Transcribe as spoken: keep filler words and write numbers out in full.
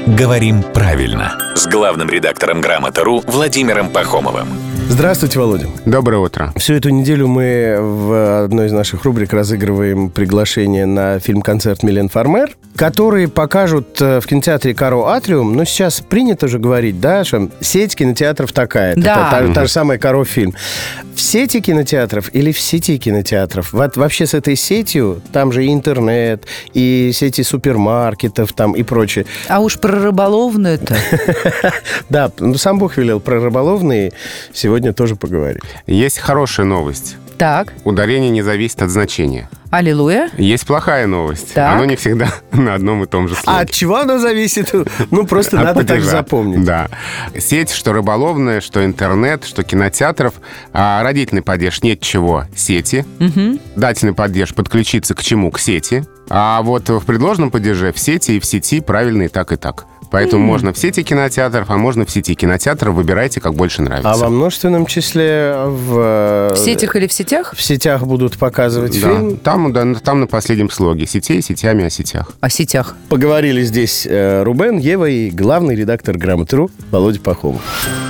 «Говорим правильно» с главным редактором «Грамоты.ру» Владимиром Пахомовым. Здравствуйте, Володя. Доброе утро. Всю эту неделю мы в одной из наших рубрик разыгрываем приглашение на фильм-концерт Милен Фармер, который покажут в кинотеатре Каро Атриум. Но сейчас принято же говорить, да, что сеть кинотеатров такая-то. Да. Та, та, та же самая Каро фильм. В сети кинотеатров или в сети кинотеатров? Вот вообще с этой сетью, там же и интернет, и сети супермаркетов там и прочее. А уж про рыболовную-то. Да, ну сам Бог велел про рыболовные сегодня тоже поговорим. Есть хорошая новость. Так, Ударение не зависит от значения. аллилуйя. Есть плохая новость. Так. Оно не всегда на одном и том же А слоге. от чего оно зависит? Ну, просто От надо так падежа. запомнить. Да. Сеть, что рыболовная, что интернет, что кинотеатров. А родительный падеж нет чего. Сети. Угу. Дательный падеж подключиться к чему? К сети. А вот в предложном падеже в сети и в сети правильно и так, и так. Поэтому mm. можно в сети кинотеатров, а можно в сети кинотеатров. Выбирайте, как больше нравится. А во множественном числе в... В сетях или в сетях? В сетях будут показывать Да. фильм. Там, да, там на последнем слоге. Сетей, сетями о сетях. О сетях. Поговорили здесь э, Рубен, Ева и главный редактор «Грамоты.ру» Володя Пахомов.